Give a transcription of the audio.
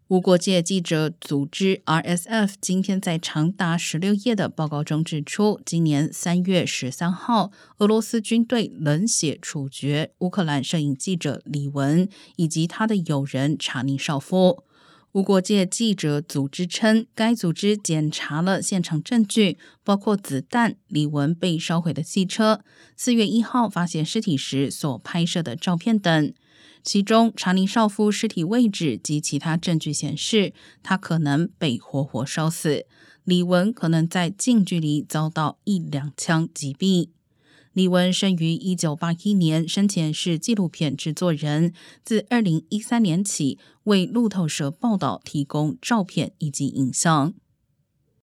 无国界记者组织 RSF 今天在长达16页的报告中指出，今年3月13号，俄罗斯军队冷血处决乌克兰摄影记者李文以及他的友人查尼绍夫。无国界记者组织称，该组织检查了现场证据，包括子弹、李文被烧毁的汽车、4月1号发现尸体时所拍摄的照片等。其中，查尼绍夫尸体位置及其他证据显示，他可能被活活烧死。李文可能在近距离遭到1-2枪击毙。李文生于1981年，生前是纪录片制作人，自2013年起为路透社报道提供照片以及影像。